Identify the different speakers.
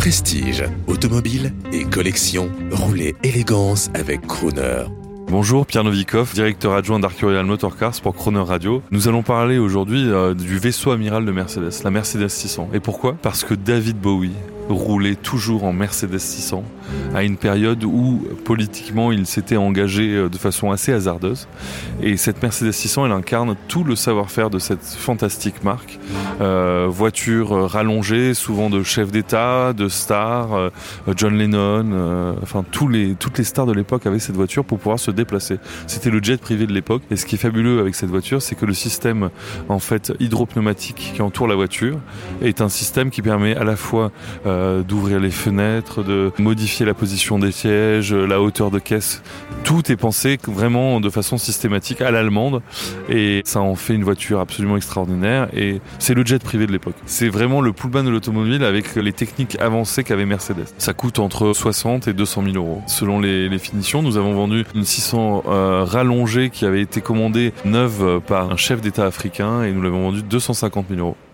Speaker 1: Prestige, automobile et collection, roulez élégance avec Crooner.
Speaker 2: Bonjour, Pierre Novikov, directeur adjoint d'Arcurial Motorcars pour Crooner Radio. Nous allons parler aujourd'hui du vaisseau amiral de Mercedes, la Mercedes 600. Et pourquoi ? Parce que David Bowie roulait toujours en Mercedes 600 à une période où politiquement il s'était engagé de façon assez hasardeuse. Et cette Mercedes 600, elle incarne tout le savoir-faire de cette fantastique marque. Voiture rallongée, souvent de chefs d'État, de stars, John Lennon, toutes les stars de l'époque avaient cette voiture pour pouvoir se déplacer. C'était le jet privé de l'époque. Et ce qui est fabuleux avec cette voiture, c'est que le système hydropneumatique qui entoure la voiture est un système qui permet à la fois d'ouvrir les fenêtres, de modifier la position des sièges, la hauteur de caisse. Tout est pensé vraiment de façon systématique à l'allemande et ça en fait une voiture absolument extraordinaire et c'est le jet privé de l'époque. C'est vraiment le pullman de l'automobile avec les techniques avancées qu'avait Mercedes. Ça coûte entre 60 et 200 000 euros. Selon les finitions, nous avons vendu une 600 rallongée qui avait été commandée neuve par un chef d'État africain et nous l'avons vendue 250 000 euros.